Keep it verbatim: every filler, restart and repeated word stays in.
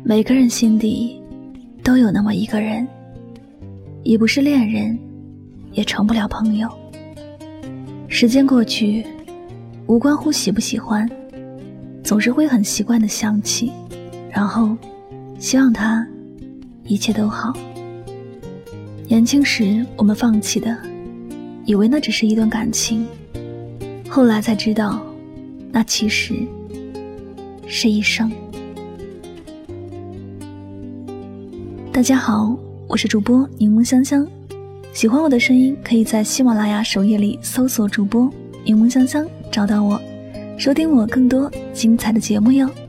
每个人心底都有那么一个人，已不是恋人，也成不了朋友。时间过去，无关乎喜不喜欢，总是会很习惯地想起，然后希望他一切都好。年轻时我们放弃的，以为那只是一段感情，后来才知道，那其实是一生。大家好，我是主播柠檬香香，喜欢我的声音可以在喜马拉雅首页里搜索主播柠檬香香找到我，收听我更多精彩的节目哟。